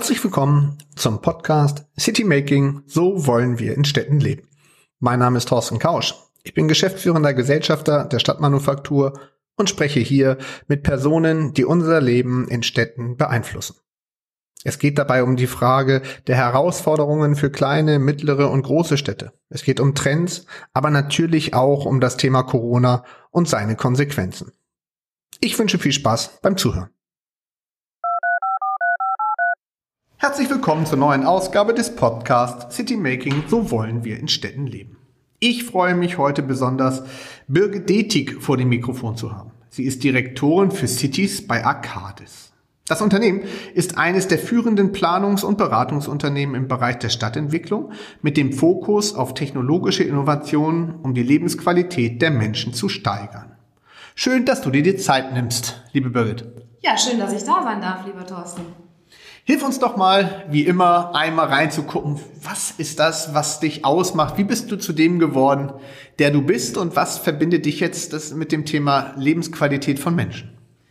Herzlich willkommen zum Podcast City Making, so wollen wir in Städten leben. Mein Name ist Thorsten Kausch. Ich bin geschäftsführender Gesellschafter der Stadtmanufaktur und spreche hier mit Personen, die unser Leben in Städten beeinflussen. Es geht dabei um die Frage der Herausforderungen für kleine, mittlere und große Städte. Es geht um Trends, aber natürlich auch um das Thema Corona und seine Konsequenzen. Ich wünsche viel Spaß beim Zuhören. Herzlich willkommen zur neuen Ausgabe des Podcasts City Making, so wollen wir in Städten leben. Ich freue mich heute besonders, Birgit Detig vor dem Mikrofon zu haben. Sie ist Direktorin für Cities bei Arcadis. Das Unternehmen ist eines der führenden Planungs- und Beratungsunternehmen im Bereich der Stadtentwicklung mit dem Fokus auf technologische Innovationen, um die Lebensqualität der Menschen zu steigern. Schön, dass du dir die Zeit nimmst, liebe Birgit. Ja, schön, dass ich da sein darf, lieber Thorsten. Hilf uns doch mal, wie immer, einmal reinzugucken, was ist das, was dich ausmacht? Wie bist du zu dem geworden, der du bist? Und was verbindet dich jetzt mit dem Thema Lebensqualität von Menschen?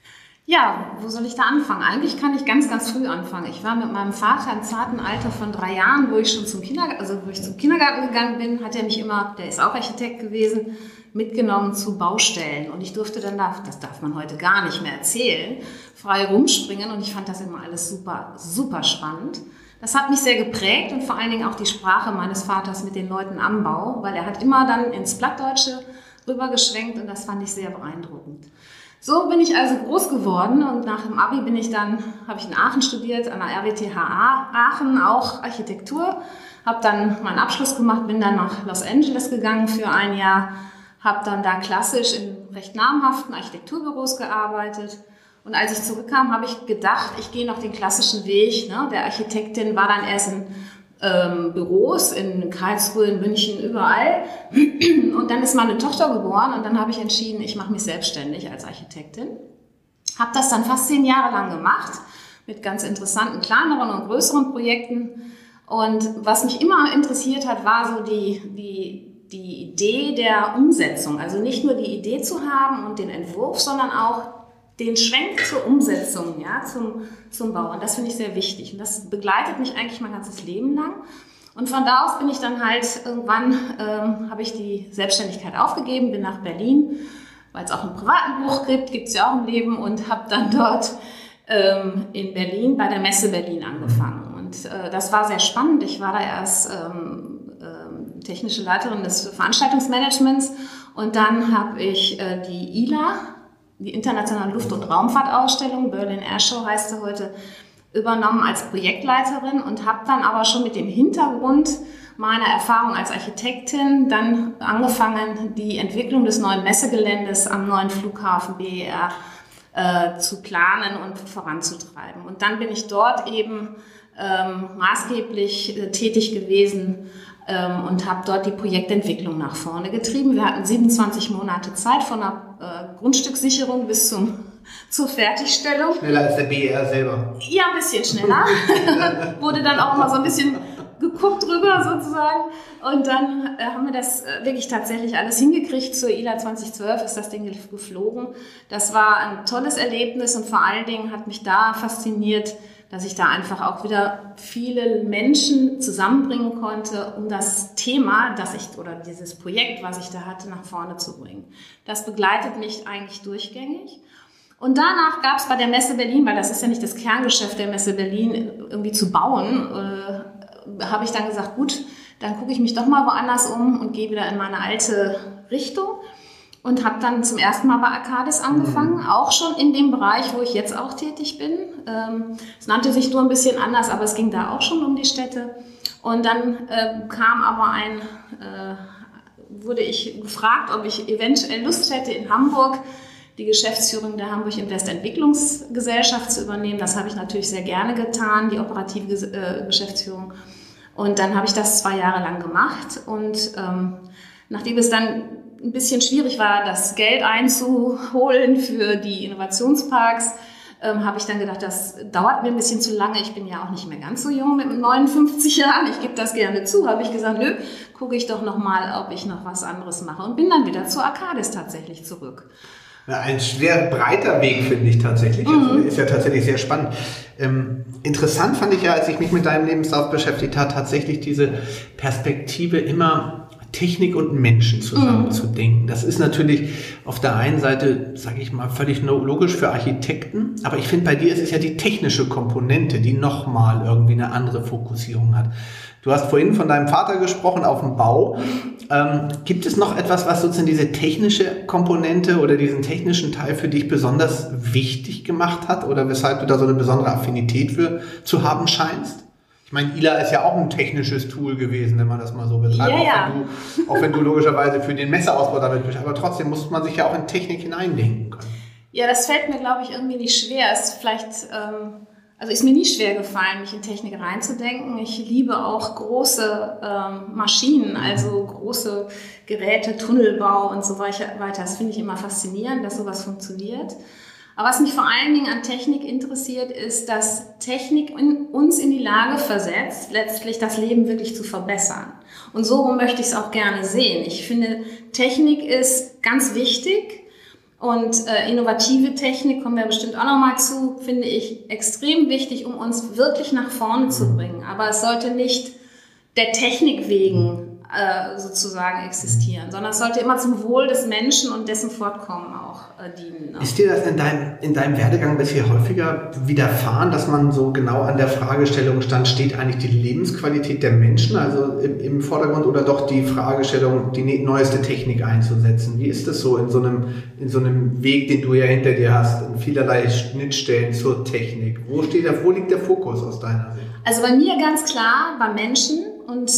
Ja, wo soll ich da anfangen? Eigentlich kann ich ganz, ganz früh anfangen. Ich war mit meinem Vater im zarten Alter von 3 Jahren, wo ich zum Kindergarten gegangen bin, hat er mich immer, der ist auch Architekt gewesen, mitgenommen zu Baustellen. Und ich durfte dann, das darf man heute gar nicht mehr erzählen, frei rumspringen. Und ich fand das immer alles super, super spannend. Das hat mich sehr geprägt und vor allen Dingen auch die Sprache meines Vaters mit den Leuten am Bau, weil er hat immer dann ins Plattdeutsche rübergeschwenkt und das fand ich sehr beeindruckend. So bin ich also groß geworden und nach dem Abi habe ich in Aachen studiert, an der RWTH Aachen, auch Architektur. Habe dann meinen Abschluss gemacht, bin dann nach Los Angeles gegangen für ein Jahr, habe dann da klassisch in recht namhaften Architekturbüros gearbeitet. Und als ich zurückkam, habe ich gedacht, ich gehe noch den klassischen Weg. Ne? Der Architektin war dann erst in Büros in Karlsruhe, in München, überall. Und dann ist meine Tochter geboren und dann habe ich entschieden, ich mache mich selbstständig als Architektin. Habe das dann fast 10 Jahre lang gemacht, mit ganz interessanten, kleineren und größeren Projekten. Und was mich immer interessiert hat, war so die Idee der Umsetzung. Also nicht nur die Idee zu haben und den Entwurf, sondern auch den Schwenk zur Umsetzung, ja, zum Bau. Und das finde ich sehr wichtig. Und das begleitet mich eigentlich mein ganzes Leben lang. Und von da aus bin ich dann halt irgendwann, habe ich die Selbstständigkeit aufgegeben, bin nach Berlin, weil es auch einen privaten Buch gibt es ja auch im Leben, und habe dann dort in Berlin bei der Messe Berlin angefangen. Und das war sehr spannend. Ich war da erst technische Leiterin des Veranstaltungsmanagements und dann habe ich die ILA, die Internationale Luft- und Raumfahrtausstellung, Berlin Air Show heißt sie heute, übernommen als Projektleiterin und habe dann aber schon mit dem Hintergrund meiner Erfahrung als Architektin dann angefangen, die Entwicklung des neuen Messegeländes am neuen Flughafen BER zu planen und voranzutreiben. Und dann bin ich dort eben maßgeblich tätig gewesen und habe dort die Projektentwicklung nach vorne getrieben. Wir hatten 27 Monate Zeit von der Grundstückssicherung bis zur Fertigstellung. Schneller als der BER selber. Ja, ein bisschen schneller. Wurde dann auch mal so ein bisschen geguckt drüber sozusagen. Und dann haben wir das wirklich tatsächlich alles hingekriegt. Zur ILA 2012 ist das Ding geflogen. Das war ein tolles Erlebnis und vor allen Dingen hat mich da fasziniert, dass ich da einfach auch wieder viele Menschen zusammenbringen konnte, um das Thema, dieses Projekt, was ich da hatte, nach vorne zu bringen. Das begleitet mich eigentlich durchgängig. Und danach gab es bei der Messe Berlin, weil das ist ja nicht das Kerngeschäft der Messe Berlin, irgendwie zu bauen, habe ich dann gesagt, gut, dann gucke ich mich doch mal woanders um und gehe wieder in meine alte Richtung. Und habe dann zum ersten Mal bei Arcadis angefangen, auch schon in dem Bereich, wo ich jetzt auch tätig bin. Es nannte sich nur ein bisschen anders, aber es ging da auch schon um die Städte. Und dann wurde ich gefragt, ob ich eventuell Lust hätte, in Hamburg die Geschäftsführung der Hamburg Invest Entwicklungsgesellschaft zu übernehmen. Das habe ich natürlich sehr gerne getan, die operative Geschäftsführung. Und dann habe ich das 2 Jahre lang gemacht. Und nachdem es dann ein bisschen schwierig war, das Geld einzuholen für die Innovationsparks, habe ich dann gedacht, das dauert mir ein bisschen zu lange. Ich bin ja auch nicht mehr ganz so jung mit 59 Jahren. Ich gebe das gerne zu. Habe ich gesagt, nö, gucke ich doch noch mal, ob ich noch was anderes mache. Und bin dann wieder zu Arcadis tatsächlich zurück. Ja, ein sehr breiter Weg, finde ich tatsächlich. Also, ist ja tatsächlich sehr spannend. Interessant fand ich ja, als ich mich mit deinem Lebenslauf beschäftigt habe, tatsächlich diese Perspektive immer Technik und Menschen zusammenzudenken. Das ist natürlich auf der einen Seite, sage ich mal, völlig logisch für Architekten, aber ich finde, bei dir ist es ja die technische Komponente, die nochmal irgendwie eine andere Fokussierung hat. Du hast vorhin von deinem Vater gesprochen auf dem Bau. Gibt es noch etwas, was sozusagen diese technische Komponente oder diesen technischen Teil für dich besonders wichtig gemacht hat oder weshalb du da so eine besondere Affinität für zu haben scheinst? Ich meine, ILA ist ja auch ein technisches Tool gewesen, wenn man das mal so betreibt, auch wenn du logischerweise für den Messerausbau damit bist, aber trotzdem muss man sich ja auch in Technik hineindenken können. Ja, das fällt mir, glaube ich, irgendwie nicht schwer. Ist mir nie schwer gefallen, mich in Technik reinzudenken. Ich liebe auch große Maschinen, also große Geräte, Tunnelbau und so weiter. Das finde ich immer faszinierend, dass sowas funktioniert. Aber was mich vor allen Dingen an Technik interessiert, ist, dass Technik uns in die Lage versetzt, letztlich das Leben wirklich zu verbessern. Und so möchte ich es auch gerne sehen. Ich finde, Technik ist ganz wichtig und innovative Technik, kommen wir bestimmt auch nochmal zu, finde ich extrem wichtig, um uns wirklich nach vorne zu bringen. Aber es sollte nicht der Technik wegen sozusagen existieren, sondern es sollte immer zum Wohl des Menschen und dessen Fortkommen auch dienen. Ne? Ist dir das in deinem Werdegang bisher häufiger widerfahren, dass man so genau an der Fragestellung stand, steht eigentlich die Lebensqualität der Menschen, also im Vordergrund, oder doch die Fragestellung, die neueste Technik einzusetzen? Wie ist das so in so einem Weg, den du ja hinter dir hast, in vielerlei Schnittstellen zur Technik? Wo liegt der Fokus aus deiner Sicht? Also bei mir ganz klar, bei Menschen. Und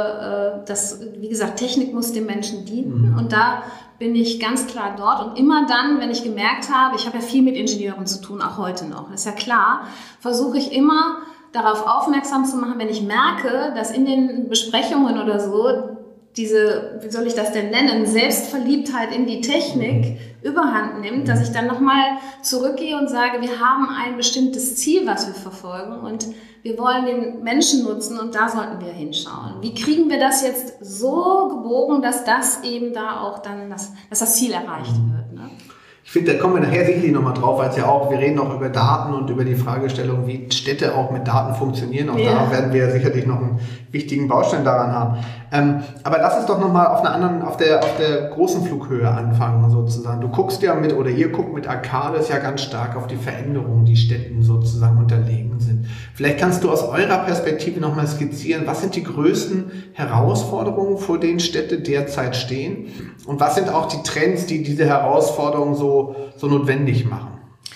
wie gesagt, Technik muss dem Menschen dienen. Und da bin ich ganz klar dort. Und immer dann, wenn ich gemerkt habe, ich habe ja viel mit Ingenieuren zu tun, auch heute noch, ist ja klar, versuche ich immer darauf aufmerksam zu machen, wenn ich merke, dass in den Besprechungen oder so diese, wie soll ich das denn nennen, Selbstverliebtheit in die Technik überhand nimmt, dass ich dann nochmal zurückgehe und sage, wir haben ein bestimmtes Ziel, was wir verfolgen und wir wollen den Menschen nutzen und da sollten wir hinschauen. Wie kriegen wir das jetzt so gebogen, dass das eben da auch dann, dass das Ziel erreicht wird, ne? Ich finde, da kommen wir nachher sicherlich nochmal drauf, weil es ja auch, wir reden noch über Daten und über die Fragestellung, wie Städte auch mit Daten funktionieren. Auch da werden wir sicherlich noch einen wichtigen Baustein daran haben. Aber lass uns doch nochmal auf der großen Flughöhe anfangen, sozusagen. Du guckst ja ihr guckt mit Arcadis ja ganz stark auf die Veränderungen, die Städten sozusagen unterlegen sind. Vielleicht kannst du aus eurer Perspektive nochmal skizzieren, was sind die größten Herausforderungen, vor denen Städte derzeit stehen? Und was sind auch die Trends, die diese Herausforderungen so notwendig machen?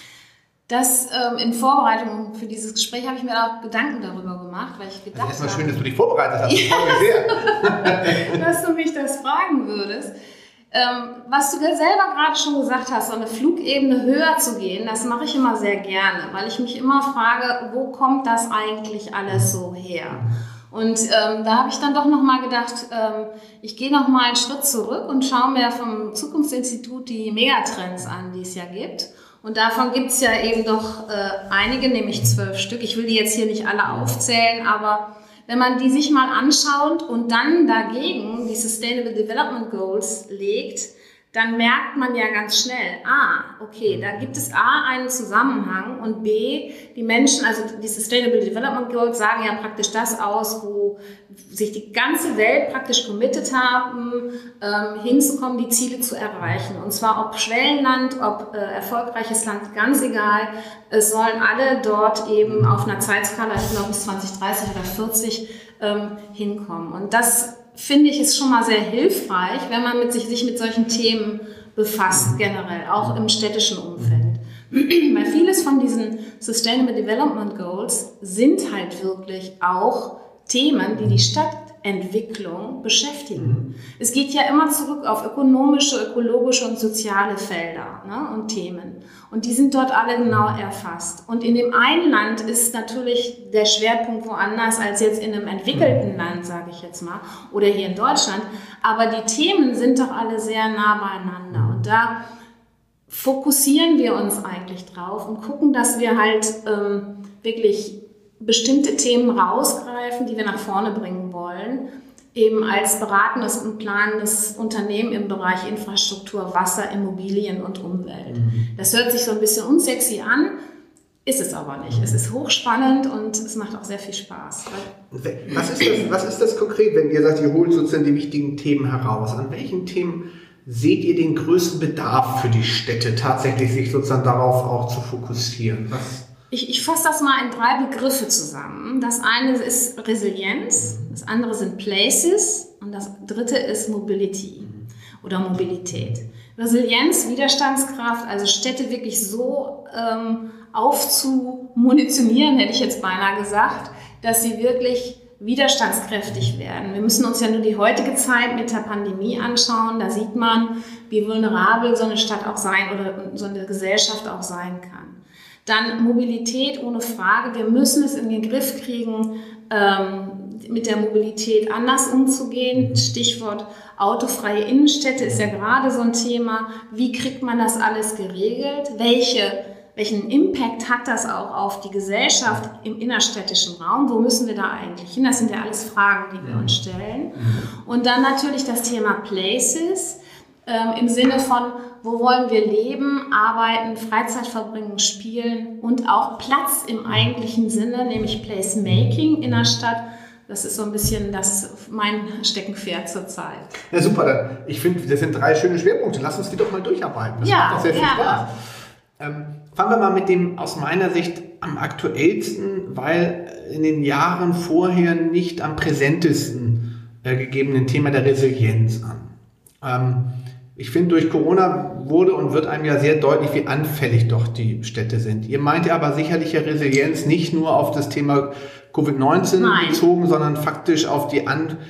In Vorbereitung für dieses Gespräch habe ich mir auch Gedanken darüber gemacht, weil ich gedacht habe... Erstmal schön, dass du dich vorbereitet hast. Ich freue mich sehr. Dass du mich das fragen würdest. Was du selber gerade schon gesagt hast, so eine Flugebene höher zu gehen, das mache ich immer sehr gerne, weil ich mich immer frage, wo kommt das eigentlich alles so her? Und da habe ich dann doch nochmal gedacht, ich gehe nochmal einen Schritt zurück und schaue mir vom Zukunftsinstitut die Megatrends an, die es ja gibt. Und davon gibt es ja eben doch einige, nämlich 12 Stück. Ich will die jetzt hier nicht alle aufzählen, aber wenn man die sich mal anschaut und dann dagegen die Sustainable Development Goals legt, dann merkt man ja ganz schnell, okay, da gibt es einen Zusammenhang und B, die Menschen, also die Sustainable Development Goals sagen ja praktisch das aus, wo sich die ganze Welt praktisch committed haben, hinzukommen, die Ziele zu erreichen. Und zwar ob Schwellenland, ob erfolgreiches Land, ganz egal, es sollen alle dort eben auf einer Zeitskala, ich glaube bis 2030 oder 40 hinkommen. Und das finde ich, ist schon mal sehr hilfreich, wenn man sich mit solchen Themen befasst, generell, auch im städtischen Umfeld. Weil vieles von diesen Sustainable Development Goals sind halt wirklich auch Themen, die die Stadtentwicklung beschäftigen. Es geht ja immer zurück auf ökonomische, ökologische und soziale Felder, ne, und Themen. Und die sind dort alle genau erfasst. Und in dem einen Land ist natürlich der Schwerpunkt woanders als jetzt in einem entwickelten Land, sage ich jetzt mal, oder hier in Deutschland. Aber die Themen sind doch alle sehr nah beieinander. Und da fokussieren wir uns eigentlich drauf und gucken, dass wir halt wirklich bestimmte Themen rausgreifen, die wir nach vorne bringen wollen, eben als beratendes und planendes Unternehmen im Bereich Infrastruktur, Wasser, Immobilien und Umwelt. Das hört sich so ein bisschen unsexy an, Ist es aber nicht. Es ist hochspannend und es macht auch sehr viel Spaß. Was ist das konkret, wenn ihr sagt, ihr holt sozusagen die wichtigen Themen heraus? An welchen Themen seht ihr den größten Bedarf für die Städte, tatsächlich sich sozusagen darauf auch zu fokussieren? Ich fasse das mal in 3 Begriffe zusammen. Das eine ist Resilienz, das andere sind Places und das dritte ist Mobility oder Mobilität. Resilienz, Widerstandskraft, also Städte wirklich so aufzumunitionieren, hätte ich jetzt beinahe gesagt, dass sie wirklich widerstandskräftig werden. Wir müssen uns ja nur die heutige Zeit mit der Pandemie anschauen. Da sieht man, wie vulnerabel so eine Stadt auch sein oder so eine Gesellschaft auch sein kann. Dann Mobilität ohne Frage. Wir müssen es in den Griff kriegen, mit der Mobilität anders umzugehen. Stichwort autofreie Innenstädte ist ja gerade so ein Thema. Wie kriegt man das alles geregelt? Welchen Impact hat das auch auf die Gesellschaft im innerstädtischen Raum? Wo müssen wir da eigentlich hin? Das sind ja alles Fragen, die wir uns stellen. Und dann natürlich das Thema Places im Sinne von, wo wollen wir leben, arbeiten, Freizeit verbringen, spielen und auch Platz im eigentlichen Sinne, nämlich Placemaking in der Stadt. Das ist so ein bisschen mein Steckenpferd zurzeit. Ja, super. Ich finde, das sind 3 schöne Schwerpunkte. Lass uns die doch mal durcharbeiten. Das macht doch sehr viel Spaß. Fangen wir mal mit dem aus meiner Sicht am aktuellsten, weil in den Jahren vorher nicht am präsentesten gegebenen Thema der Resilienz an. Ich finde, durch Corona wurde und wird einem ja sehr deutlich, wie anfällig doch die Städte sind. Ihr meint ja aber sicherlich ja Resilienz nicht nur auf das Thema Covid-19 bezogen, sondern faktisch auf die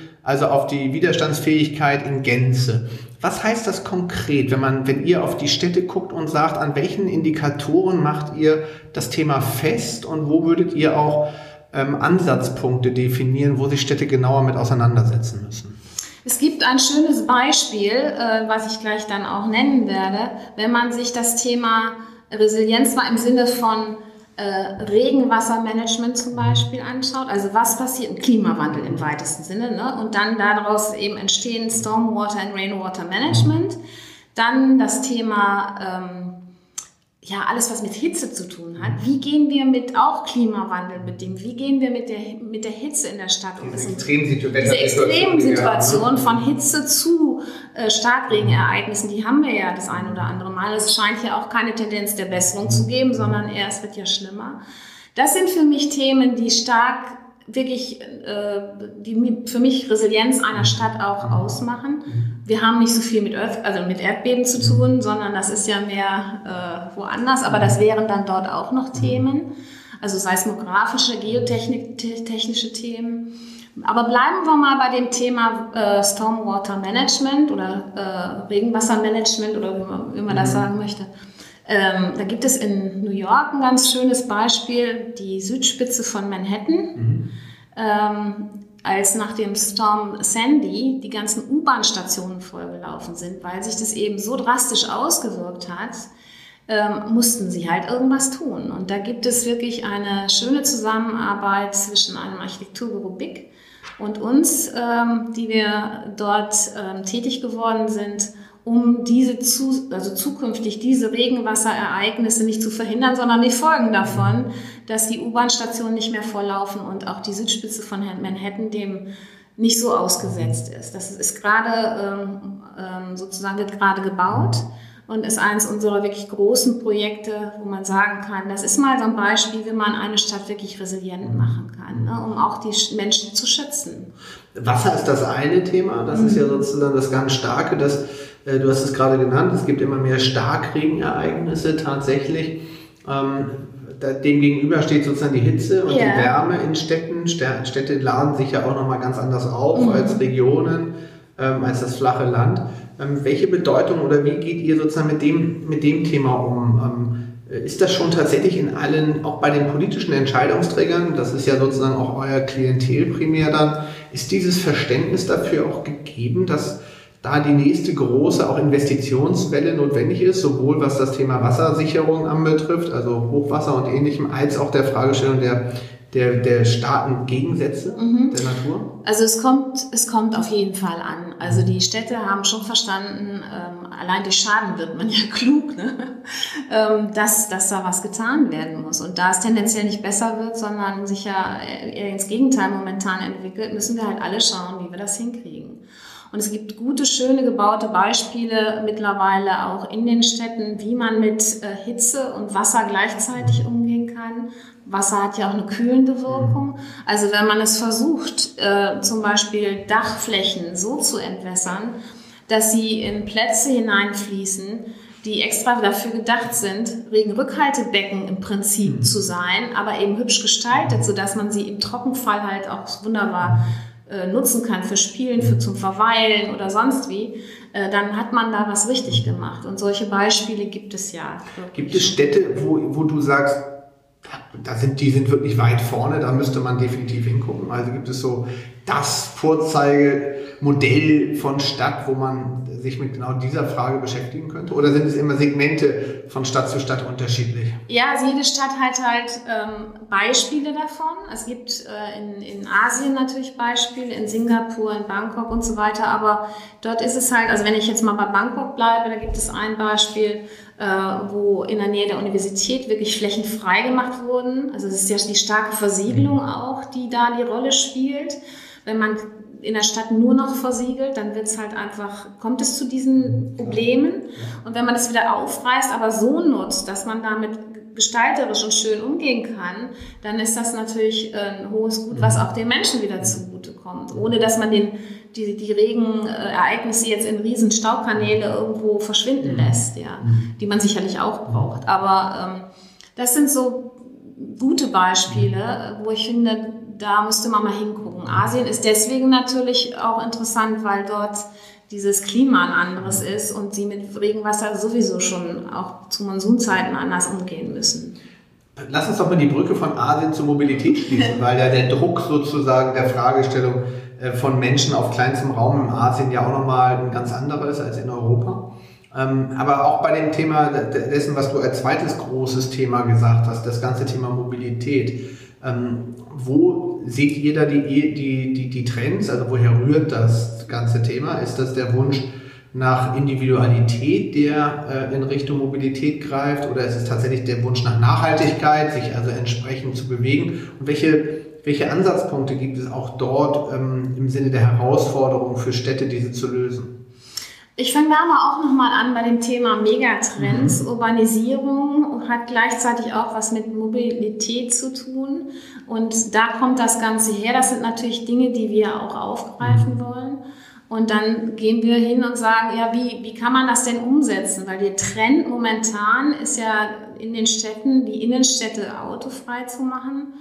Widerstandsfähigkeit in Gänze. Was heißt das konkret, wenn ihr auf die Städte guckt und sagt, an welchen Indikatoren macht ihr das Thema fest und wo würdet ihr auch Ansatzpunkte definieren, wo sich Städte genauer mit auseinandersetzen müssen? Es gibt ein schönes Beispiel, was ich gleich dann auch nennen werde, wenn man sich das Thema Resilienz mal im Sinne von Regenwassermanagement zum Beispiel anschaut, also was passiert im Klimawandel im weitesten Sinne, ne? Und dann daraus eben entstehen Stormwater and Rainwater Management, dann das Thema alles, was mit Hitze zu tun hat. Wie gehen wir mit auch Klimawandel bedingt? Wie gehen wir mit der Hitze in der Stadt um? Diese extremen Situationen von Hitze zu Starkregenereignissen, die haben wir ja das ein oder andere Mal. Es scheint ja auch keine Tendenz der Besserung zu geben, sondern eher, es wird ja schlimmer. Das sind für mich Themen, die stark wirklich, die für mich Resilienz einer Stadt auch ausmachen. Wir haben nicht so viel mit Erdbeben zu tun, sondern das ist ja mehr woanders, aber das wären dann dort auch noch Themen, also seismografische, geotechnische Themen. Aber bleiben wir mal bei dem Thema Stormwater Management oder Regenwassermanagement oder wie man das sagen möchte. Da gibt es in New York ein ganz schönes Beispiel, die Südspitze von Manhattan. Als nach dem Storm Sandy die ganzen U-Bahn-Stationen vollgelaufen sind, weil sich das eben so drastisch ausgewirkt hat, mussten sie halt irgendwas tun. Und da gibt es wirklich eine schöne Zusammenarbeit zwischen einem Architekturbüro BIC und uns, die wir dort tätig geworden sind, um zukünftig diese Regenwasserereignisse nicht zu verhindern, sondern die Folgen davon, dass die U-Bahn-Stationen nicht mehr volllaufen und auch die Südspitze von Manhattan dem nicht so ausgesetzt ist. Das ist gerade wird gerade gebaut und ist eines unserer wirklich großen Projekte, wo man sagen kann, das ist mal so ein Beispiel, wie man eine Stadt wirklich resilient machen kann, ne, um auch die Menschen zu schützen. Wasser ist das eine Thema, das ist ja sozusagen das ganz Starke, du hast es gerade genannt, es gibt immer mehr Starkregenereignisse tatsächlich. Dem gegenüber steht sozusagen die Hitze und die Wärme in Städten. Städte laden sich ja auch nochmal ganz anders auf als Regionen, als das flache Land. Welche Bedeutung oder wie geht ihr sozusagen mit dem Thema um? Ist das schon tatsächlich in allen, auch bei den politischen Entscheidungsträgern, das ist ja sozusagen auch euer Klientel primär dann, ist dieses Verständnis dafür auch gegeben, dass da die nächste große auch Investitionswelle notwendig ist, sowohl was das Thema Wassersicherung anbetrifft, also Hochwasser und Ähnlichem, als auch der Fragestellung der der starken Gegensätze der Natur? Also es kommt auf jeden Fall an. Also die Städte haben schon verstanden, allein durch Schaden wird man ja klug, ne? Dass da was getan werden muss. Und da es tendenziell nicht besser wird, sondern sich ja eher ins Gegenteil momentan entwickelt, müssen wir halt alle schauen, wie wir das hinkriegen. Und es gibt gute, schöne gebaute Beispiele mittlerweile auch in den Städten, wie man mit Hitze und Wasser gleichzeitig umgehen kann. Wasser hat ja auch eine kühlende Wirkung. Also wenn man es versucht, zum Beispiel Dachflächen so zu entwässern, dass sie in Plätze hineinfließen, die extra dafür gedacht sind, Regenrückhaltebecken im Prinzip zu sein, aber eben hübsch gestaltet, sodass man sie im Trockenfall halt auch wunderbar nutzen kann für Spielen, zum Verweilen oder sonst wie, dann hat man da was richtig gemacht. Und solche Beispiele gibt es ja. Gibt es Städte, wo du sagst, die sind wirklich weit vorne, da müsste man definitiv hingucken? Also gibt es so das Vorzeigemodell von Stadt, wo man sich mit genau dieser Frage beschäftigen könnte? Oder sind es immer Segmente von Stadt zu Stadt unterschiedlich? Ja, also jede Stadt hat halt Beispiele davon. Es gibt in Asien natürlich Beispiele, in Singapur, in Bangkok und so weiter. Aber dort ist es halt, also wenn ich jetzt mal bei Bangkok bleibe, da gibt es ein Beispiel, wo in der Nähe der Universität wirklich Flächen frei gemacht wurden. Also es ist ja die starke Versiegelung auch, die da die Rolle spielt. Wenn man in der Stadt nur noch versiegelt, dann kommt es zu diesen Problemen. Und wenn man das wieder aufreißt, aber so nutzt, dass man damit gestalterisch und schön umgehen kann, dann ist das natürlich ein hohes Gut, was auch den Menschen wieder zugutekommt, ohne dass man die Regenereignisse jetzt in riesen Staukanäle irgendwo verschwinden lässt, ja, die man sicherlich auch braucht. Aber das sind so gute Beispiele, wo ich finde, da müsste man mal hingucken. Asien ist deswegen natürlich auch interessant, weil dort dieses Klima ein anderes ist und sie mit Regenwasser sowieso schon auch zu Monsunzeiten anders umgehen müssen. Lass uns doch mal die Brücke von Asien zur Mobilität schließen, weil ja der Druck sozusagen der Fragestellung von Menschen auf kleinstem Raum in Asien ja auch nochmal ein ganz anderer ist als in Europa. Aber auch bei dem Thema dessen, was du als zweites großes Thema gesagt hast, das ganze Thema Mobilität. Wo seht ihr da die Trends? Also woher rührt das ganze Thema? Ist das der Wunsch nach Individualität, der in Richtung Mobilität greift? Oder ist es tatsächlich der Wunsch nach Nachhaltigkeit, sich also entsprechend zu bewegen? Und welche Ansatzpunkte gibt es auch dort im Sinne der Herausforderung für Städte, diese zu lösen? Ich fange da aber auch nochmal an bei dem Thema Megatrends. Urbanisierung hat gleichzeitig auch was mit Mobilität zu tun. Und da kommt das Ganze her. Das sind natürlich Dinge, die wir auch aufgreifen wollen. Und dann gehen wir hin und sagen, ja, wie kann man das denn umsetzen? Weil der Trend momentan ist ja in den Städten, die Innenstädte autofrei zu machen.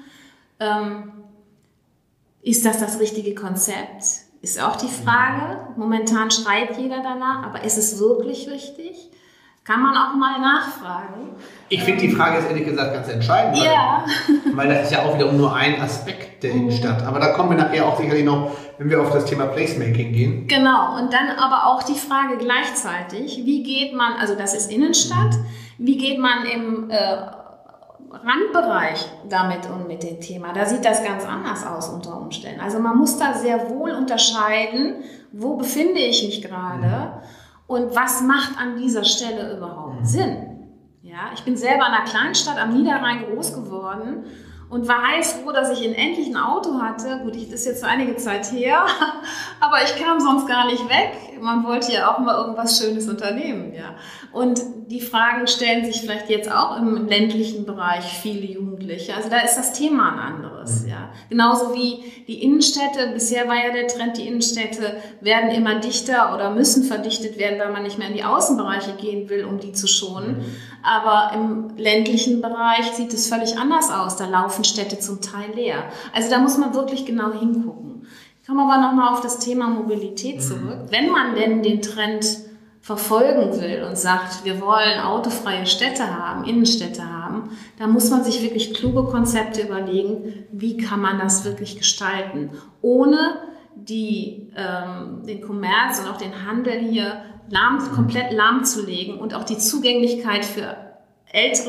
Ist das richtige Konzept? Ist auch die Frage. Momentan schreit jeder danach, aber ist es wirklich richtig? Kann man auch mal nachfragen. Ich finde, die Frage ist ehrlich gesagt ganz entscheidend, weil das ist ja auch wieder nur ein Aspekt der Innenstadt. Aber da kommen wir nachher auch sicherlich noch, wenn wir auf das Thema Placemaking gehen. Genau, und dann aber auch die Frage gleichzeitig, wie geht man, also das ist Innenstadt, wie geht man im Randbereich damit und mit dem Thema? Da sieht das ganz anders aus unter Umständen. Also man muss da sehr wohl unterscheiden, wo befinde ich mich gerade und was macht an dieser Stelle überhaupt Sinn. Ja, ich bin selber in einer Kleinstadt am Niederrhein groß geworden und war heilfroh, dass ich endlich ein Auto hatte. Gut, das ist jetzt einige Zeit her, aber ich kam sonst gar nicht weg. Man wollte ja auch mal irgendwas Schönes unternehmen, ja. Und die Fragen stellen sich vielleicht jetzt auch im ländlichen Bereich viele Jugendliche. Also da ist das Thema ein anderes, ja. Genauso wie die Innenstädte. Bisher war ja der Trend, die Innenstädte werden immer dichter oder müssen verdichtet werden, weil man nicht mehr in die Außenbereiche gehen will, um die zu schonen. Aber im ländlichen Bereich sieht es völlig anders aus. Da laufen Städte zum Teil leer. Also da muss man wirklich genau hingucken. Ich komme aber nochmal auf das Thema Mobilität zurück. Wenn man denn den Trend verfolgen will und sagt, wir wollen autofreie Städte haben, Innenstädte haben, dann muss man sich wirklich kluge Konzepte überlegen, wie kann man das wirklich gestalten, ohne den Kommerz und auch den Handel hier komplett lahmzulegen und auch die Zugänglichkeit für ältere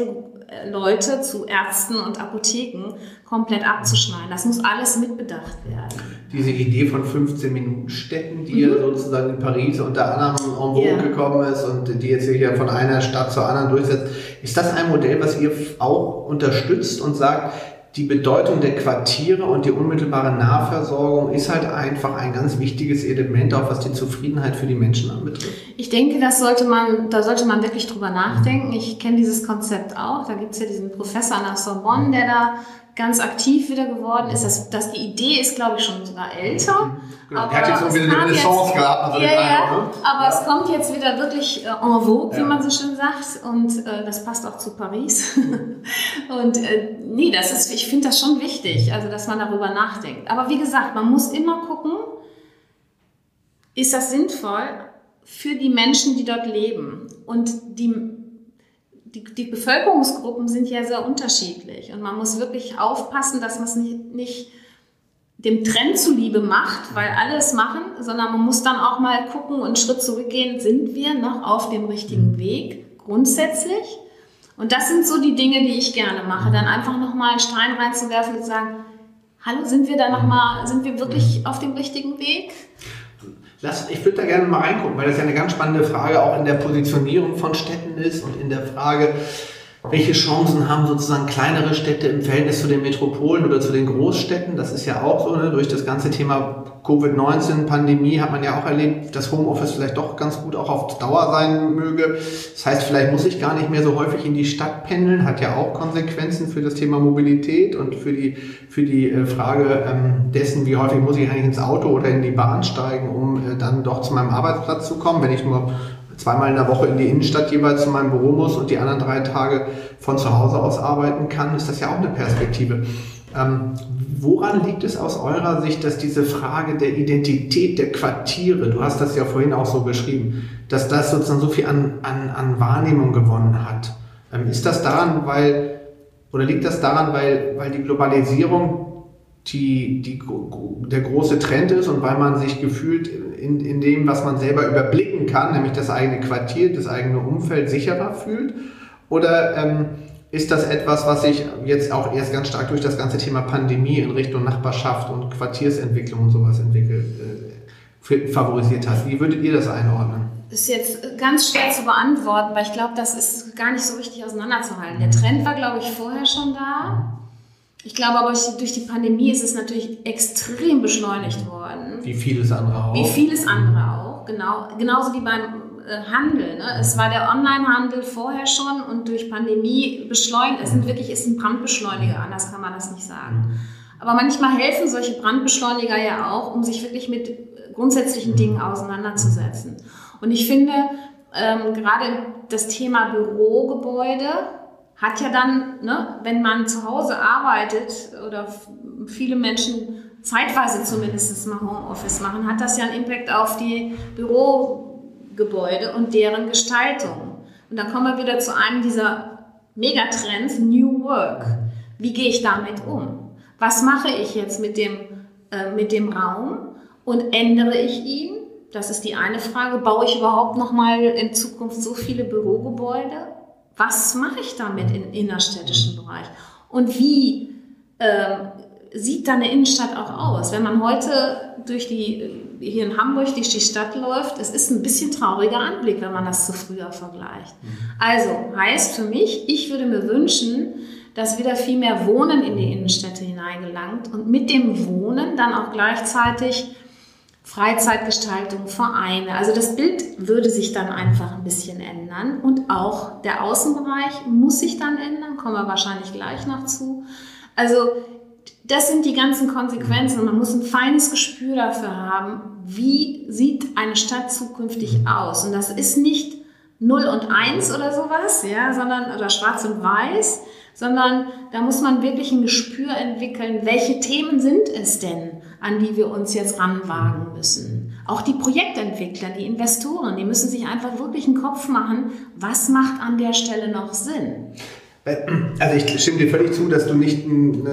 Leute zu Ärzten und Apotheken komplett abzuschneiden. Das muss alles mitbedacht werden. Diese Idee von 15-Minuten-Städten, die ja sozusagen in Paris unter anderem en vogue gekommen ist und die jetzt sich ja von einer Stadt zur anderen durchsetzt, ist das ein Modell, was ihr auch unterstützt und sagt, die Bedeutung der Quartiere und die unmittelbare Nahversorgung ist halt einfach ein ganz wichtiges Element, auch was die Zufriedenheit für die Menschen anbetrifft? Ich denke, da sollte man wirklich drüber nachdenken. Ich kenne dieses Konzept auch. Da gibt es ja diesen Professor an der Sorbonne, der da ganz aktiv wieder geworden ist. Die Idee ist, glaube ich, schon sogar älter. Genau. Der hat jetzt so wieder eine Renaissance gehabt. Also aber es kommt jetzt wieder wirklich en vogue, wie man so schön sagt. Und das passt auch zu Paris. Und ich finde das schon wichtig, also dass man darüber nachdenkt. Aber wie gesagt, man muss immer gucken, ist das sinnvoll für die Menschen, die dort leben. Und die Bevölkerungsgruppen sind ja sehr unterschiedlich. Und man muss wirklich aufpassen, dass man es nicht dem Trend zuliebe macht, weil alle es machen, sondern man muss dann auch mal gucken und einen Schritt zurückgehen, sind wir noch auf dem richtigen Weg, grundsätzlich? Und das sind so die Dinge, die ich gerne mache, dann einfach nochmal einen Stein reinzuwerfen und zu sagen, hallo, sind wir wirklich auf dem richtigen Weg? Ich würde da gerne mal reingucken, weil das ja eine ganz spannende Frage auch in der Positionierung von Städten ist und in der Frage, welche Chancen haben sozusagen kleinere Städte im Verhältnis zu den Metropolen oder zu den Großstädten? Das ist ja auch so, ne? Durch das ganze Thema Covid-19, Pandemie hat man ja auch erlebt, dass Homeoffice vielleicht doch ganz gut auch auf Dauer sein möge. Das heißt, vielleicht muss ich gar nicht mehr so häufig in die Stadt pendeln, hat ja auch Konsequenzen für das Thema Mobilität und für die Frage dessen, wie häufig muss ich eigentlich ins Auto oder in die Bahn steigen, um dann doch zu meinem Arbeitsplatz zu kommen, wenn ich nur zweimal in der Woche in die Innenstadt jeweils zu meinem Büro muss und die anderen 3 Tage von zu Hause aus arbeiten kann, ist das ja auch eine Perspektive. Woran liegt es aus eurer Sicht, dass diese Frage der Identität der Quartiere, du hast das ja vorhin auch so beschrieben, dass das sozusagen so viel an Wahrnehmung gewonnen hat? Ist das daran, liegt das daran, weil die Globalisierung der große Trend ist und weil man sich gefühlt in dem, was man selber überblicken kann, nämlich das eigene Quartier, das eigene Umfeld sicherer fühlt? Oder ist das etwas, was sich jetzt auch erst ganz stark durch das ganze Thema Pandemie in Richtung Nachbarschaft und Quartiersentwicklung und sowas favorisiert hat? Wie würdet ihr das einordnen? Das ist jetzt ganz schwer zu beantworten, weil ich glaube, das ist gar nicht so richtig auseinanderzuhalten. Der Trend war, glaube ich, vorher schon da. Ich glaube aber, durch die Pandemie ist es natürlich extrem beschleunigt worden. Wie vieles andere auch. Genau. Genauso wie beim Handel. Ne? Es war der Onlinehandel vorher schon und durch Pandemie beschleunigt. Ist ein Brandbeschleuniger, anders kann man das nicht sagen. Aber manchmal helfen solche Brandbeschleuniger ja auch, um sich wirklich mit grundsätzlichen Dingen auseinanderzusetzen. Und ich finde, gerade das Thema Bürogebäude hat ja dann, ne, wenn man zu Hause arbeitet oder viele Menschen zeitweise zumindest mal Homeoffice machen, hat das ja einen Impact auf die Bürogebäude und deren Gestaltung. Und dann kommen wir wieder zu einem dieser Megatrends, New Work. Wie gehe ich damit um? Was mache ich jetzt mit dem Raum und ändere ich ihn? Das ist die eine Frage. Baue ich überhaupt noch mal in Zukunft so viele Bürogebäude? Was mache ich damit im innerstädtischen Bereich? Und wie sieht da eine Innenstadt auch aus? Wenn man heute hier in Hamburg durch die Stadt läuft, es ist ein bisschen trauriger Anblick, wenn man das zu früher vergleicht. Also heißt für mich, ich würde mir wünschen, dass wieder viel mehr Wohnen in die Innenstädte hineingelangt und mit dem Wohnen dann auch gleichzeitig Freizeitgestaltung, Vereine. Also das Bild würde sich dann einfach ein bisschen ändern und auch der Außenbereich muss sich dann ändern, kommen wir wahrscheinlich gleich noch zu. Also das sind die ganzen Konsequenzen und man muss ein feines Gespür dafür haben, wie sieht eine Stadt zukünftig aus. Und das ist nicht 0 und 1 oder sowas, ja, oder schwarz und weiß, sondern da muss man wirklich ein Gespür entwickeln, welche Themen sind es denn, an die wir uns jetzt ranwagen müssen. Auch die Projektentwickler, die Investoren, die müssen sich einfach wirklich einen Kopf machen, was macht an der Stelle noch Sinn? Also ich stimme dir völlig zu, dass du nicht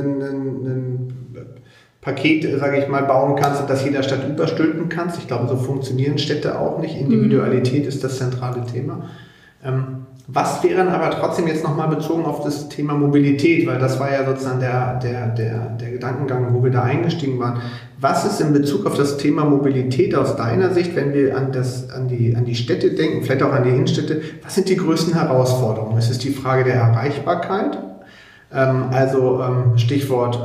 ein Paket, sage ich mal, bauen kannst und das jeder Stadt überstülpen kannst. Ich glaube, so funktionieren Städte auch nicht. Individualität ist das zentrale Thema. Was wäre aber trotzdem jetzt nochmal bezogen auf das Thema Mobilität, weil das war ja sozusagen der Gedankengang, wo wir da eingestiegen waren. Was ist in Bezug auf das Thema Mobilität aus deiner Sicht, wenn wir an die Städte denken, vielleicht auch an die Innenstädte, was sind die größten Herausforderungen? Ist es die Frage der Erreichbarkeit? Stichwort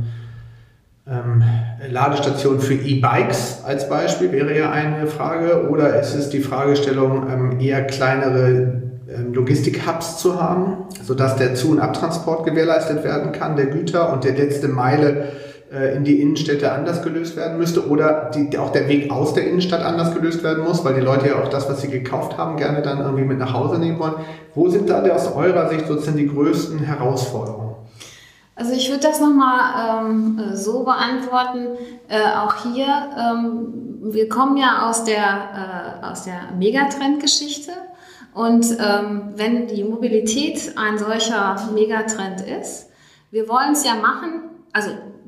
Ladestation für E-Bikes als Beispiel wäre ja eine Frage, oder ist es die Fragestellung, eher kleinere Logistik-Hubs zu haben, sodass der Zu- und Abtransport gewährleistet werden kann, der Güter und der letzte Meile in die Innenstädte anders gelöst werden müsste oder auch der Weg aus der Innenstadt anders gelöst werden muss, weil die Leute ja auch das, was sie gekauft haben, gerne dann irgendwie mit nach Hause nehmen wollen. Wo sind da aus eurer Sicht sozusagen die größten Herausforderungen? Also ich würde das nochmal so beantworten, auch hier, wir kommen ja aus der Megatrend-Geschichte. Und wenn die Mobilität ein solcher Megatrend ist, wir wollen es ja machen, also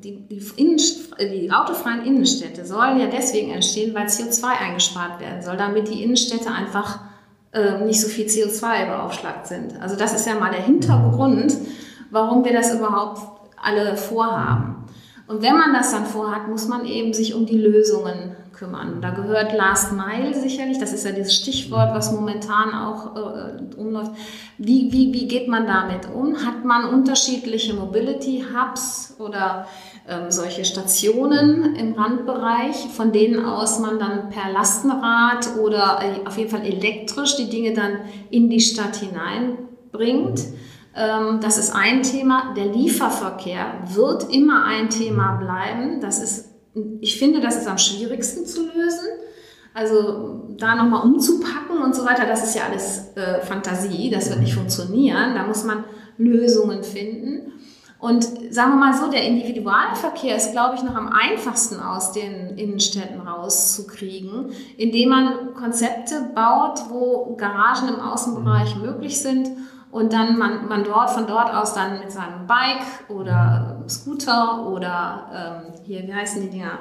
die autofreien Innenstädte sollen ja deswegen entstehen, weil CO2 eingespart werden soll, damit die Innenstädte einfach nicht so viel CO2 beaufschlagt sind. Also das ist ja mal der Hintergrund, warum wir das überhaupt alle vorhaben. Und wenn man das dann vorhat, muss man eben sich um die Lösungen kümmern. Da gehört Last Mile sicherlich, das ist ja dieses Stichwort, was momentan auch umläuft. Wie geht man damit um? Hat man unterschiedliche Mobility Hubs oder solche Stationen im Randbereich, von denen aus man dann per Lastenrad oder auf jeden Fall elektrisch die Dinge dann in die Stadt hineinbringt? Das ist ein Thema. Der Lieferverkehr wird immer ein Thema bleiben. Ich finde, das ist am schwierigsten zu lösen. Also da nochmal umzupacken und so weiter, das ist ja alles Fantasie, das wird nicht funktionieren. Da muss man Lösungen finden. Und sagen wir mal so, der Individualverkehr ist, glaube ich, noch am einfachsten aus den Innenstädten rauszukriegen, indem man Konzepte baut, wo Garagen im Außenbereich möglich sind. Und dann man von dort aus dann mit seinem Bike oder Scooter oder wie heißen die Dinger?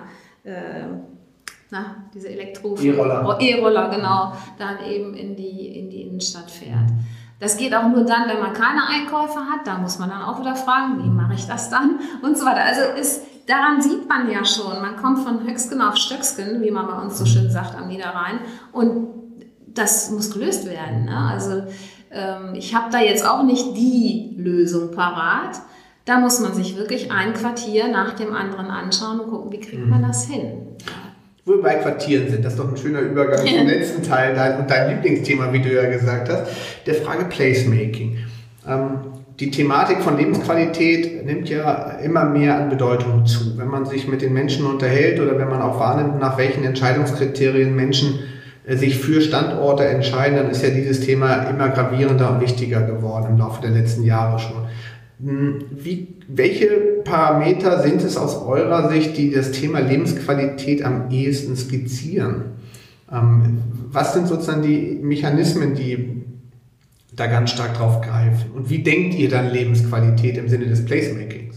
Diese E-Roller, genau, dann eben in die Innenstadt fährt. Das geht auch nur dann, wenn man keine Einkäufe hat. Da muss man dann auch wieder fragen, wie mache ich das dann? Und so weiter. Also daran sieht man ja schon, man kommt von Höcksken auf Stöcksken, wie man bei uns so schön sagt, am Niederrhein. Und das muss gelöst werden. Ne? Also ich habe da jetzt auch nicht die Lösung parat. Da muss man sich wirklich ein Quartier nach dem anderen anschauen und gucken, wie kriegt man das hin. Wo wir bei Quartieren sind, das ist doch ein schöner Übergang zum letzten Teil dein Lieblingsthema, wie du ja gesagt hast, der Frage Placemaking. Die Thematik von Lebensqualität nimmt ja immer mehr an Bedeutung zu. Wenn man sich mit den Menschen unterhält oder wenn man auch wahrnimmt, nach welchen Entscheidungskriterien Menschen sich für Standorte entscheiden, dann ist ja dieses Thema immer gravierender und wichtiger geworden im Laufe der letzten Jahre schon. Welche Parameter sind es aus eurer Sicht, die das Thema Lebensqualität am ehesten skizzieren? Was sind sozusagen die Mechanismen, die da ganz stark drauf greifen? Und wie denkt ihr dann Lebensqualität im Sinne des Placemakings?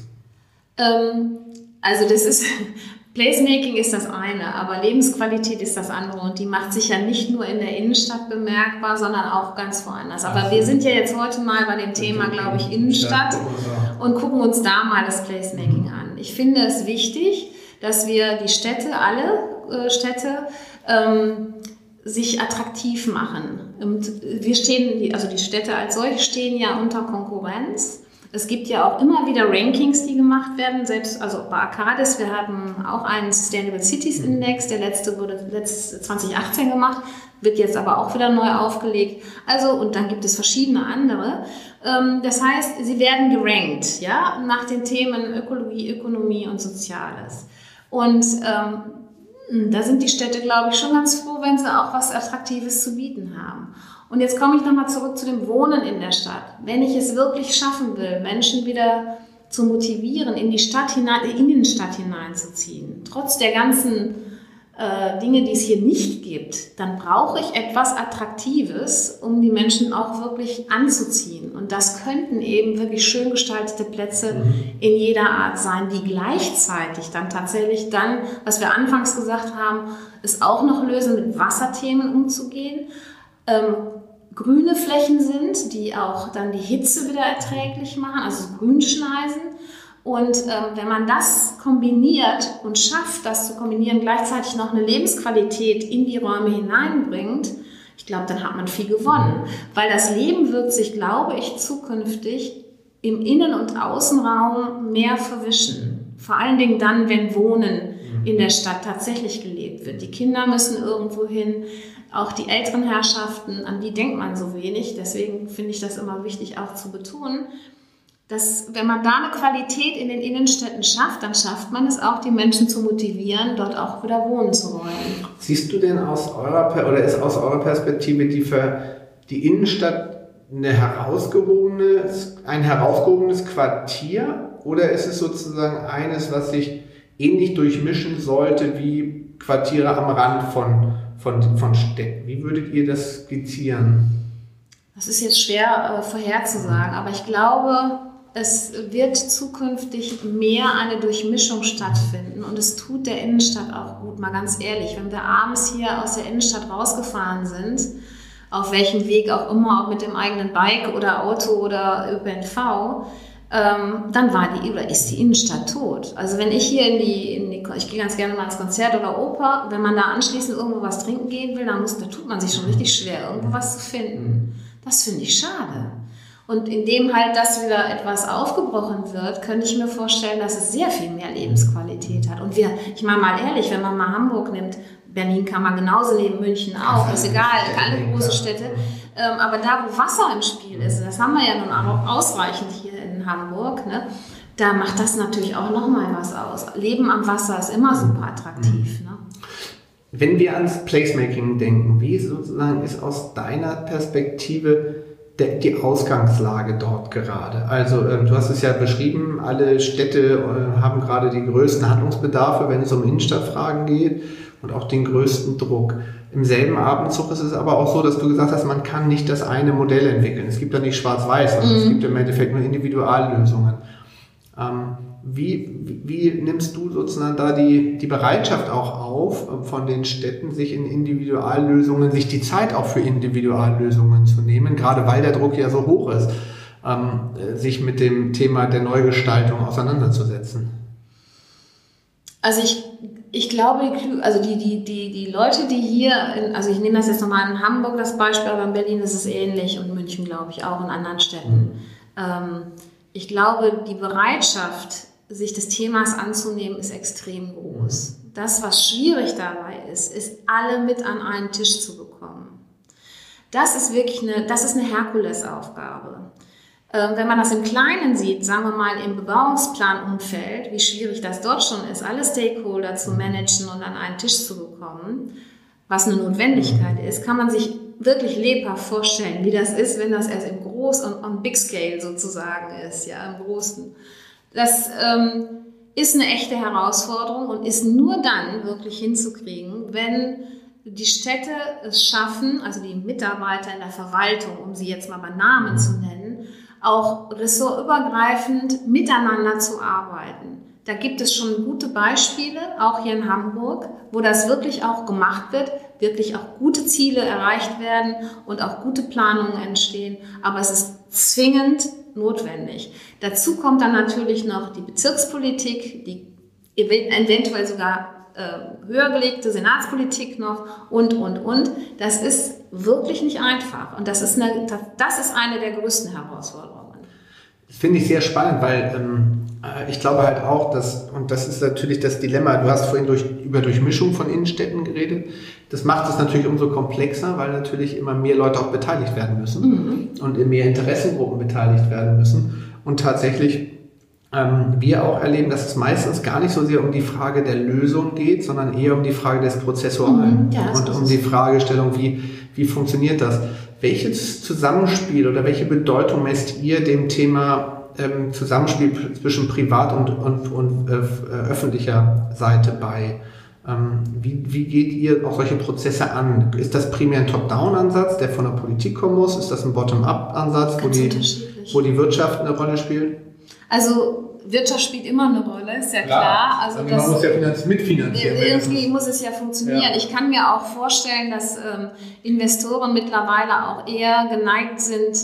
Also Placemaking ist das eine, aber Lebensqualität ist das andere und die macht sich ja nicht nur in der Innenstadt bemerkbar, sondern auch ganz woanders. Aber wir sind ja jetzt heute mal bei dem Thema, glaube ich, Innenstadt und gucken uns da mal das Placemaking an. Ich finde es wichtig, dass wir die Städte, alle Städte, sich attraktiv machen. Und die Städte als solche stehen ja unter Konkurrenz. Es gibt ja auch immer wieder Rankings, die gemacht werden, selbst also bei Arcadis, wir haben auch einen Sustainable Cities Index, der letzte wurde 2018 gemacht, wird jetzt aber auch wieder neu aufgelegt. Also, und dann gibt es verschiedene andere. Das heißt, sie werden gerankt, ja, nach den Themen Ökologie, Ökonomie und Soziales. Und da sind die Städte, glaube ich, schon ganz froh, wenn sie auch was Attraktives zu bieten haben. Und jetzt komme ich nochmal zurück zu dem Wohnen in der Stadt. Wenn ich es wirklich schaffen will, Menschen wieder zu motivieren, in die Innenstadt hineinzuziehen, trotz der ganzen Dinge, die es hier nicht gibt, dann brauche ich etwas Attraktives, um die Menschen auch wirklich anzuziehen. Und das könnten eben wirklich schön gestaltete Plätze in jeder Art sein, die gleichzeitig dann tatsächlich was wir anfangs gesagt haben, es auch noch lösen, mit Wasserthemen umzugehen. grüne Flächen sind, die auch dann die Hitze wieder erträglich machen, also Grünschneisen. Und wenn man das kombiniert und schafft, das zu kombinieren, gleichzeitig noch eine Lebensqualität in die Räume hineinbringt, ich glaube, dann hat man viel gewonnen. Weil das Leben wird sich, glaube ich, zukünftig im Innen- und Außenraum mehr verwischen. Vor allen Dingen dann, wenn Wohnen in der Stadt tatsächlich gelebt wird. Die Kinder müssen irgendwo hin, auch die älteren Herrschaften, an die denkt man so wenig. Deswegen finde ich das immer wichtig auch zu betonen, dass wenn man da eine Qualität in den Innenstädten schafft, dann schafft man es auch, die Menschen zu motivieren, dort auch wieder wohnen zu wollen. Siehst du denn ist aus eurer Perspektive die Innenstadt ein herausgehobenes Quartier oder ist es sozusagen eines, was sich ähnlich durchmischen sollte wie Quartiere am Rand von Städten? Wie würdet ihr das skizzieren? Das ist jetzt schwer vorherzusagen, aber ich glaube, es wird zukünftig mehr eine Durchmischung stattfinden und es tut der Innenstadt auch gut, mal ganz ehrlich. Wenn wir abends hier aus der Innenstadt rausgefahren sind, auf welchem Weg auch immer, ob mit dem eigenen Bike oder Auto oder ÖPNV, dann ist die Innenstadt tot. Also wenn ich hier ich gehe ganz gerne mal ins Konzert oder Oper, wenn man da anschließend irgendwo was trinken gehen will, da tut man sich schon richtig schwer, irgendwo was zu finden. Das finde ich schade. Und indem halt das wieder etwas aufgebrochen wird, könnte ich mir vorstellen, dass es sehr viel mehr Lebensqualität hat. Und ich meine mal ehrlich, wenn man mal Hamburg nimmt, Berlin kann man genauso nehmen, München auch, ist egal, alle große Städte. Aber da, wo Wasser im Spiel ist, das haben wir ja nun auch ausreichend hier in Hamburg, ne? Da macht das natürlich auch nochmal was aus. Leben am Wasser ist immer super attraktiv. Ne? Wenn wir ans Placemaking denken, wie sozusagen ist aus deiner Perspektive die Ausgangslage dort gerade? Also du hast es ja beschrieben, alle Städte haben gerade die größten Handlungsbedarfe, wenn es um Innenstadtfragen geht und auch den größten Druck. Im selben Abendzug ist es aber auch so, dass du gesagt hast, man kann nicht das eine Modell entwickeln. Es gibt ja nicht schwarz-weiß, sondern es gibt im Endeffekt nur Individuallösungen. Wie nimmst du sozusagen da die Bereitschaft auch auf, von den Städten sich die Zeit auch für Individuallösungen zu nehmen, gerade weil der Druck ja so hoch ist, sich mit dem Thema der Neugestaltung auseinanderzusetzen? Also ich glaube, also die Leute, die hier, also ich nehme das jetzt nochmal in Hamburg das Beispiel, aber in Berlin ist es ähnlich und München glaube ich auch, in anderen Städten. Ich glaube, die Bereitschaft, sich des Themas anzunehmen, ist extrem groß. Das, was schwierig dabei ist alle mit an einen Tisch zu bekommen. Das ist eine Herkulesaufgabe. Wenn man das im Kleinen sieht, sagen wir mal im Bebauungsplanumfeld, wie schwierig das dort schon ist, alle Stakeholder zu managen und an einen Tisch zu bekommen, was eine Notwendigkeit ist, kann man sich wirklich lebhaft vorstellen, wie das ist, wenn das erst im Groß- und on Big Scale sozusagen ist, ja, im Großen. Das ist eine echte Herausforderung und ist nur dann wirklich hinzukriegen, wenn die Städte es schaffen, also die Mitarbeiter in der Verwaltung, um sie jetzt mal bei Namen zu nennen, auch ressortübergreifend miteinander zu arbeiten. Da gibt es schon gute Beispiele, auch hier in Hamburg, wo das wirklich auch gemacht wird, wirklich auch gute Ziele erreicht werden und auch gute Planungen entstehen. Aber es ist zwingend notwendig. Dazu kommt dann natürlich noch die Bezirkspolitik, die eventuell sogar höher gelegte Senatspolitik noch und. Das ist wirklich nicht einfach. Und das ist eine der größten Herausforderungen. Das finde ich sehr spannend, weil ich glaube halt auch, und das ist natürlich das Dilemma, du hast vorhin über Durchmischung von Innenstädten geredet, das macht es natürlich umso komplexer, weil natürlich immer mehr Leute auch beteiligt werden müssen und mehr Interessengruppen beteiligt werden müssen und tatsächlich wir auch erleben, dass es meistens gar nicht so sehr um die Frage der Lösung geht, sondern eher um die Frage des Prozessualen und um die Fragestellung, wie funktioniert das? Welches Zusammenspiel oder welche Bedeutung messt ihr dem Thema Zusammenspiel zwischen Privat- und öffentlicher Seite bei? Wie geht ihr auch solche Prozesse an? Ist das primär ein Top-Down-Ansatz, der von der Politik kommen muss? Ist das ein Bottom-up-Ansatz, wo die Wirtschaft eine Rolle spielt? Also Wirtschaft spielt immer eine Rolle, ist ja klar. Also man muss ja mitfinanzieren. Irgendwie muss es ja funktionieren. Ja. Ich kann mir auch vorstellen, dass Investoren mittlerweile auch eher geneigt sind,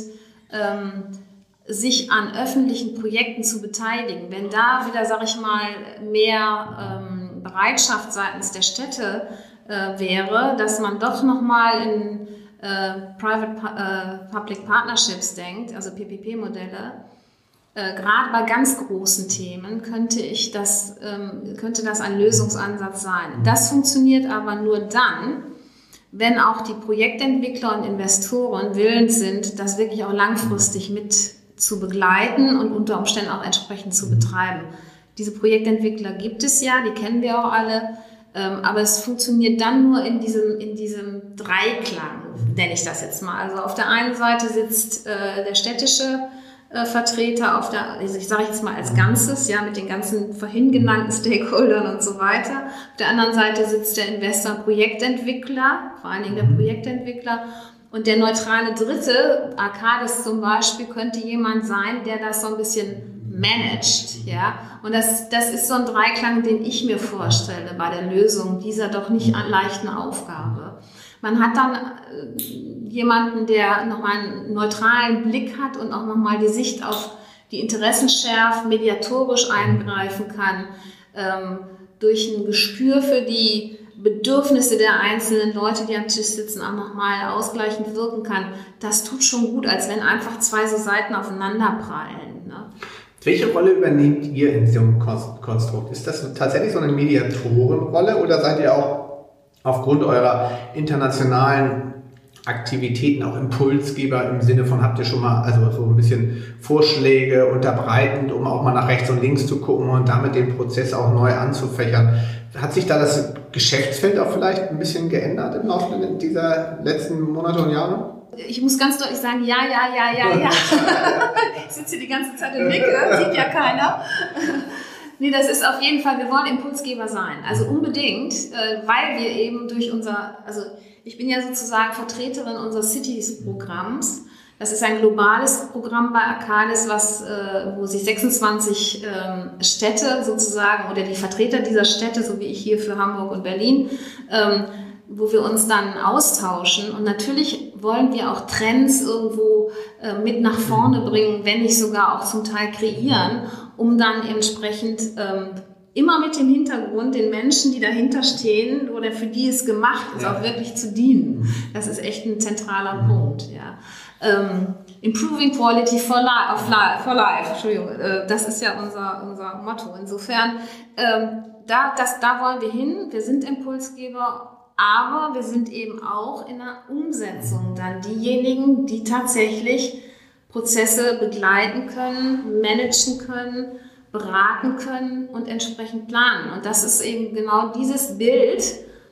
sich an öffentlichen Projekten zu beteiligen. Wenn da wieder, sage ich mal, mehr Bereitschaft seitens der Städte wäre, dass man doch nochmal in Private-Public Partnerships denkt, also PPP-Modelle. Gerade bei ganz großen Themen könnte das ein Lösungsansatz sein. Das funktioniert aber nur dann, wenn auch die Projektentwickler und Investoren willens sind, das wirklich auch langfristig mit zu begleiten und unter Umständen auch entsprechend zu betreiben. Diese Projektentwickler gibt es ja, die kennen wir auch alle, aber es funktioniert dann nur in diesem Dreiklang, nenne ich das jetzt mal. Also auf der einen Seite sitzt der städtische Vertreter, also ich sage jetzt mal als Ganzes, ja, mit den ganzen vorhin genannten Stakeholdern und so weiter. Auf der anderen Seite sitzt der Investor und Projektentwickler, vor allen Dingen der Projektentwickler. Und der neutrale Dritte, Arcadis zum Beispiel, könnte jemand sein, der das so ein bisschen managt, ja. Und das ist so ein Dreiklang, den ich mir vorstelle bei der Lösung dieser doch nicht leichten Aufgabe. Man hat dann jemanden, der nochmal einen neutralen Blick hat und auch nochmal die Sicht auf die Interessen schärft, mediatorisch eingreifen kann, durch ein Gespür für die Bedürfnisse der einzelnen Leute, die am Tisch sitzen, auch nochmal ausgleichend wirken kann. Das tut schon gut, als wenn einfach zwei so Seiten aufeinander prallen. Ne? Welche Rolle übernehmt ihr in so einem Konstrukt? Ist das tatsächlich so eine Mediatorenrolle oder seid ihr auch aufgrund eurer internationalen Aktivitäten auch Impulsgeber im Sinne von, habt ihr schon mal also so ein bisschen Vorschläge unterbreitend, um auch mal nach rechts und links zu gucken und damit den Prozess auch neu anzufächern? Hat sich da das Geschäftsfeld auch vielleicht ein bisschen geändert im Laufe dieser letzten Monate und Jahre? Ich muss ganz deutlich sagen, ja. Ich sitze hier die ganze Zeit im Nicke, sieht ja keiner. Nee, das ist auf jeden Fall, wir wollen Impulsgeber sein. Also unbedingt, weil wir eben durch ich bin ja sozusagen Vertreterin unseres Cities-Programms. Das ist ein globales Programm bei Arcadis, wo sich 26 Städte sozusagen oder die Vertreter dieser Städte, so wie ich hier für Hamburg und Berlin, wo wir uns dann austauschen. Und natürlich wollen wir auch Trends irgendwo mit nach vorne bringen, wenn nicht sogar auch zum Teil kreieren, um dann entsprechend immer mit dem Hintergrund, den Menschen, die dahinter stehen oder für die es gemacht ist, auch wirklich zu dienen. Das ist echt ein zentraler Punkt. Ja. Improving Quality for Life, Entschuldigung, das ist ja unser Motto. Insofern, da wollen wir hin, wir sind Impulsgeber, aber wir sind eben auch in der Umsetzung dann diejenigen, die tatsächlich Prozesse begleiten können, managen können, beraten können und entsprechend planen. Und das ist eben genau dieses Bild,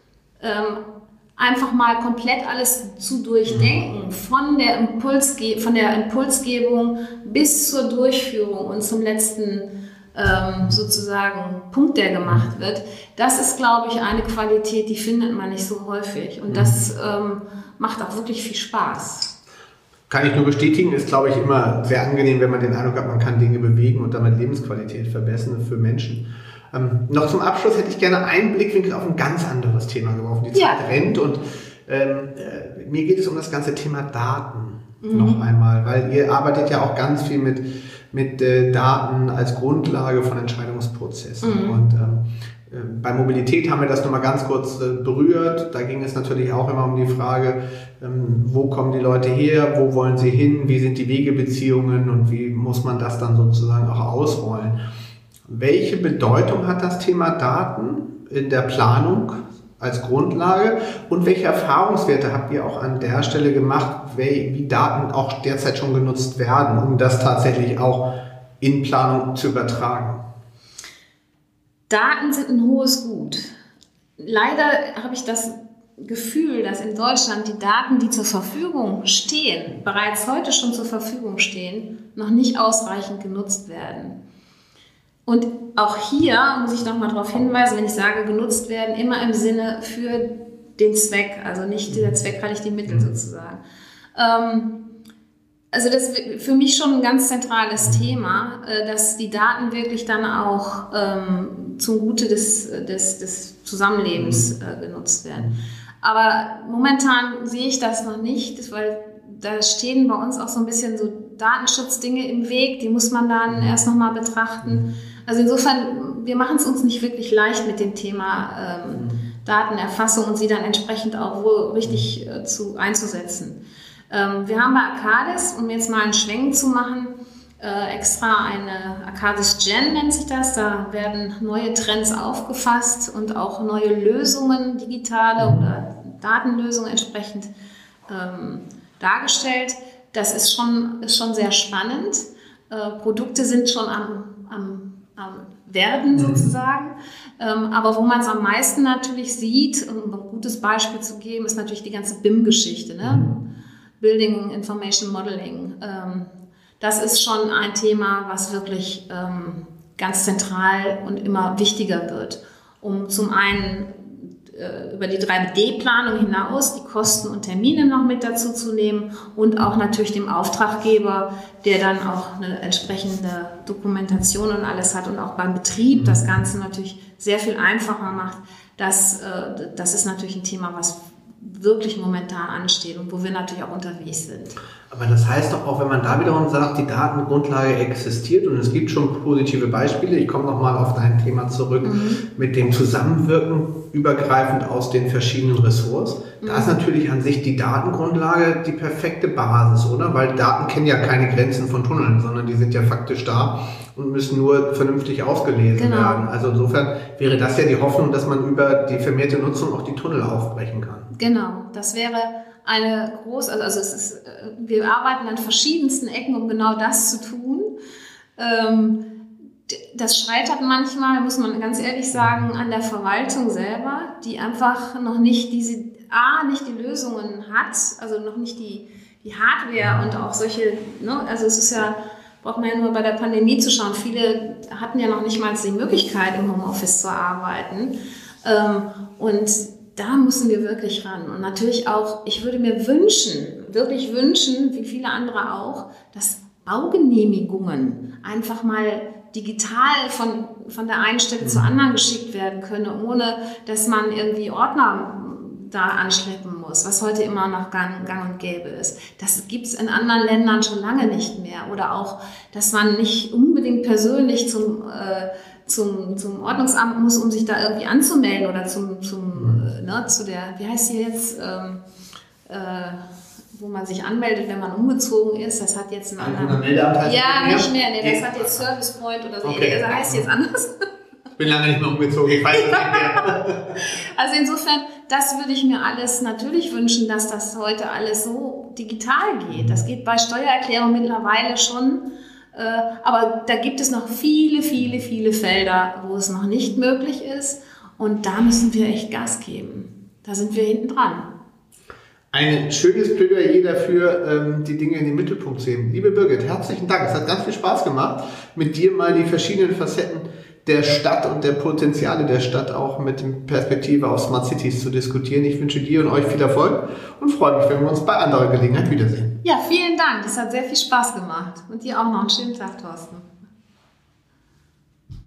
einfach mal komplett alles zu durchdenken, von der Impulsgebung bis zur Durchführung und zum letzten sozusagen Punkt, der gemacht wird. Das ist, glaube ich, eine Qualität, die findet man nicht so häufig. Und das macht auch wirklich viel Spaß. Kann ich nur bestätigen, ist, glaube ich, immer sehr angenehm, wenn man den Eindruck hat, man kann Dinge bewegen und damit Lebensqualität verbessern für Menschen. Noch zum Abschluss hätte ich gerne einen Blickwinkel auf ein ganz anderes Thema geworfen. Die Zeit rennt und mir geht es um das ganze Thema Daten noch einmal, weil ihr arbeitet ja auch ganz viel mit Daten als Grundlage von Entscheidungsprozessen. Und bei Mobilität haben wir das nochmal ganz kurz berührt. Da ging es natürlich auch immer um die Frage, wo kommen die Leute her, wo wollen sie hin, wie sind die Wegebeziehungen und wie muss man das dann sozusagen auch ausrollen. Welche Bedeutung hat das Thema Daten in der Planung als Grundlage und welche Erfahrungswerte habt ihr auch an der Stelle gemacht, wie Daten auch derzeit schon genutzt werden, um das tatsächlich auch in Planung zu übertragen? Daten sind ein hohes Gut. Leider habe ich das Gefühl, dass in Deutschland die Daten, die zur Verfügung stehen, bereits heute schon zur Verfügung stehen, noch nicht ausreichend genutzt werden. Und auch hier muss ich nochmal darauf hinweisen, wenn ich sage, genutzt werden, immer im Sinne für den Zweck, also nicht der Zweck heiligt die Mittel sozusagen. Also das ist für mich schon ein ganz zentrales Thema, dass die Daten wirklich dann auch zum Gute des Zusammenlebens genutzt werden. Aber momentan sehe ich das noch nicht, weil da stehen bei uns auch so ein bisschen so Datenschutzdinge im Weg, die muss man dann erst nochmal betrachten. Also insofern, wir machen es uns nicht wirklich leicht mit dem Thema Datenerfassung und sie dann entsprechend auch wohl richtig einzusetzen. Wir haben bei Arcadis, um jetzt mal einen Schwenk zu machen, extra eine Arcadis Gen nennt sich das. Da werden neue Trends aufgefasst und auch neue Lösungen, digitale oder Datenlösungen entsprechend dargestellt. Das ist schon sehr spannend. Produkte sind schon am Werden sozusagen. Aber wo man es am meisten natürlich sieht, um ein gutes Beispiel zu geben, ist natürlich die ganze BIM-Geschichte, ne? Building Information Modeling. Das ist schon ein Thema, was wirklich ganz zentral und immer wichtiger wird, um zum einen über die 3D-Planung hinaus die Kosten und Termine noch mit dazu zu nehmen und auch natürlich dem Auftraggeber, der dann auch eine entsprechende Dokumentation und alles hat und auch beim Betrieb das Ganze natürlich sehr viel einfacher macht. Das ist natürlich ein Thema, was wirklich momentan ansteht und wo wir natürlich auch unterwegs sind. Aber das heißt doch auch, wenn man da wiederum sagt, die Datengrundlage existiert und es gibt schon positive Beispiele, ich komme nochmal auf dein Thema zurück, mit dem Zusammenwirken übergreifend aus den verschiedenen Ressorts. Da ist natürlich an sich die Datengrundlage die perfekte Basis, oder? Weil Daten kennen ja keine Grenzen von Tunneln, sondern die sind ja faktisch da und müssen nur vernünftig ausgelesen werden. Also insofern wäre das ja die Hoffnung, dass man über die vermehrte Nutzung auch die Tunnel aufbrechen kann. Genau, das wäre eine große, wir arbeiten an verschiedensten Ecken, um genau das zu tun. Das scheitert manchmal, muss man ganz ehrlich sagen, an der Verwaltung selber, die einfach noch nicht nicht die Lösungen hat, also noch nicht die Hardware und auch solche, ne, also es ist ja, braucht man ja nur bei der Pandemie zu schauen, viele hatten ja noch nicht mal die Möglichkeit, im Homeoffice zu arbeiten. Und da müssen wir wirklich ran. Und natürlich auch, ich würde mir wirklich wünschen, wie viele andere auch, dass Baugenehmigungen einfach mal digital von der einen Stelle zur anderen geschickt werden können, ohne dass man irgendwie Ordner da anschleppen muss, was heute immer noch gang und gäbe ist. Das gibt es in anderen Ländern schon lange nicht mehr. Oder auch, dass man nicht unbedingt persönlich zum Ordnungsamt muss, um sich da irgendwie anzumelden oder zu der, wie heißt sie jetzt, wo man sich anmeldet, wenn man umgezogen ist. Das hat jetzt einen anderen... Ja, nicht mehr. Nee, das hat jetzt Service Point oder so. Okay. Das heißt jetzt anders. Ich bin lange nicht mehr umgezogen, ich weiß es nicht mehr. Also insofern, das würde ich mir alles natürlich wünschen, dass das heute alles so digital geht. Das geht bei Steuererklärung mittlerweile schon. Aber da gibt es noch viele Felder, wo es noch nicht möglich ist. Und da müssen wir echt Gas geben. Da sind wir hinten dran. Ein schönes Plädoyer dafür, die Dinge in den Mittelpunkt zu heben. Liebe Birgit, herzlichen Dank. Es hat ganz viel Spaß gemacht, mit dir mal die verschiedenen Facetten der Stadt und der Potenziale der Stadt auch mit Perspektive auf Smart Cities zu diskutieren. Ich wünsche dir und euch viel Erfolg und freue mich, wenn wir uns bei anderer Gelegenheit wiedersehen. Ja, vielen Dank. Das hat sehr viel Spaß gemacht. Und dir auch noch einen schönen Tag, Thorsten.